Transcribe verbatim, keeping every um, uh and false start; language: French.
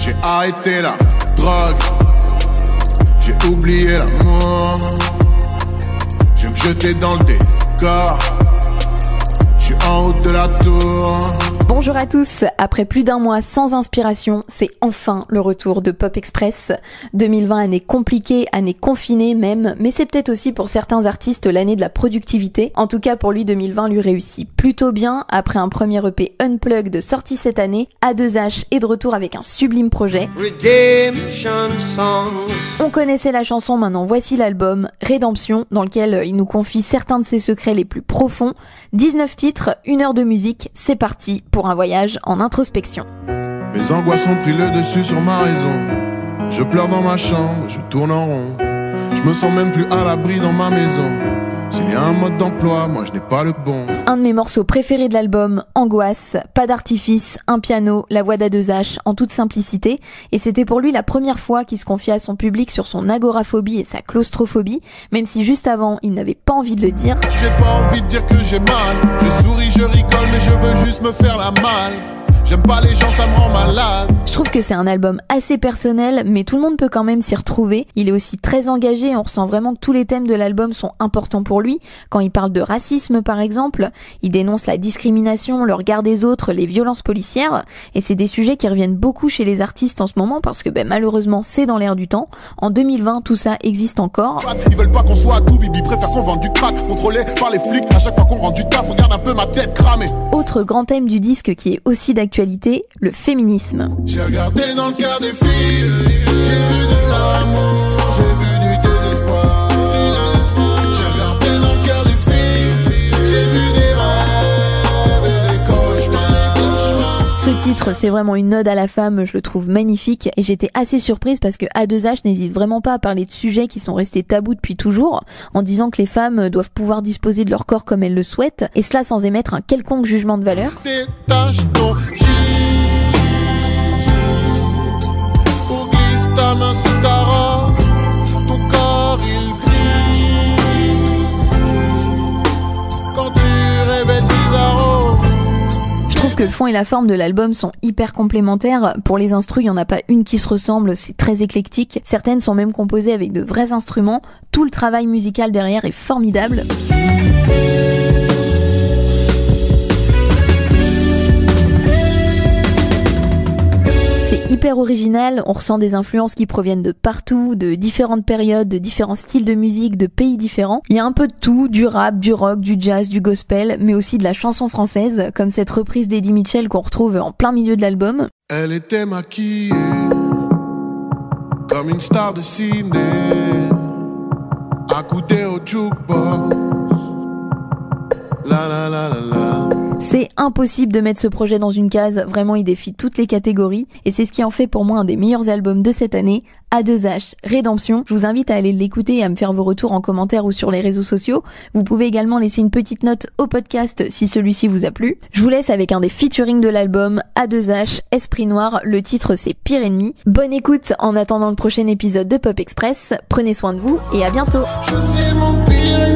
J'ai arrêté la drogue, j'ai oublié l'amour. Je vais me jeter dans le décor, je suis en haut de la tour. Bonjour à tous, après plus d'un mois sans inspiration, c'est enfin le retour de Pop Express. deux mille vingt, année compliquée, année confinée même, mais c'est peut-être aussi pour certains artistes l'année de la productivité. En tout cas pour lui, deux mille vingt lui réussit plutôt bien. Après un premier E P Unplugged sorti cette année, A deux H est de retour avec un sublime projet. Redemption Songs. On connaissait la chanson, maintenant voici l'album Rédemption, dans lequel il nous confie certains de ses secrets les plus profonds. dix-neuf titres, une heure de musique, c'est parti pour un voyage en introspection. Mes angoisses ont pris le dessus sur ma raison. Je pleure dans ma chambre, je tourne en rond. Je me sens même plus à l'abri dans ma maison. S'il y a un mode d'emploi, moi je n'ai pas le bon. Un de mes morceaux préférés de l'album, Angoisse, pas d'artifice, un piano, la voix d'A deux H en toute simplicité. Et c'était pour lui la première fois qu'il se confiait à son public sur son agoraphobie et sa claustrophobie, même si juste avant, il n'avait pas envie de le dire. J'ai pas envie de dire que j'ai mal. Je souris, je rigole, mais je veux juste me faire la malle. J'aime pas les gens, ça me rend malade. Je trouve que c'est un album assez personnel, mais tout le monde peut quand même s'y retrouver. Il est aussi très engagé, on ressent vraiment que tous les thèmes de l'album sont importants pour lui. Quand il parle de racisme par exemple, il dénonce la discrimination, le regard des autres, les violences policières, et c'est des sujets qui reviennent beaucoup chez les artistes en ce moment parce que ben, malheureusement c'est dans l'air du temps. En deux mille vingt, tout ça existe encore. Ils veulent pas qu'on soit à tout, Bibi préfère qu'on vende du crack, contrôlé par les flics. À chaque fois qu'on rend du taf, regarde un peu ma tête cramée. Autre grand thème du disque qui est aussi d'actualité, le féminisme. J'ai regardé dans le cœur des filles, j'ai vu de l'amour, j'ai vu du désespoir. J'ai regardé dans le cœur des filles, j'ai vu des rêves et des cauchemars. Ce titre, c'est vraiment une ode à la femme, je le trouve magnifique et j'étais assez surprise parce que A deux H n'hésite vraiment pas à parler de sujets qui sont restés tabous depuis toujours, en disant que les femmes doivent pouvoir disposer de leur corps comme elles le souhaitent, et cela sans émettre un quelconque jugement de valeur. Détache ton gilet, ou glisse ta main sous ta robe, ton corps il brille, quand tu révèles ses arômes. Je trouve que le fond et la forme de l'album sont hyper complémentaires. Pour les instrus, il n'y en a pas une qui se ressemble, c'est très éclectique. Certaines sont même composées avec de vrais instruments. Tout le travail musical derrière est formidable. C'est hyper original, on ressent des influences qui proviennent de partout, de différentes périodes, de différents styles de musique, de pays différents. Il y a un peu de tout, du rap, du rock, du jazz, du gospel, mais aussi de la chanson française, comme cette reprise d'Eddie Mitchell qu'on retrouve en plein milieu de l'album. Elle était maquillée comme une star de ciné, accoudée au jukebox. La la la la la. C'est impossible de mettre ce projet dans une case, vraiment il défie toutes les catégories, et c'est ce qui en fait pour moi un des meilleurs albums de cette année, A deux H, Rédemption. Je vous invite à aller l'écouter et à me faire vos retours en commentaire ou sur les réseaux sociaux. Vous pouvez également laisser une petite note au podcast si celui-ci vous a plu. Je vous laisse avec un des featuring de l'album, A deux H, Esprit Noir, le titre c'est Pire Ennemi. Bonne écoute en attendant le prochain épisode de Pop Express, prenez soin de vous et à bientôt. Je sais mon pire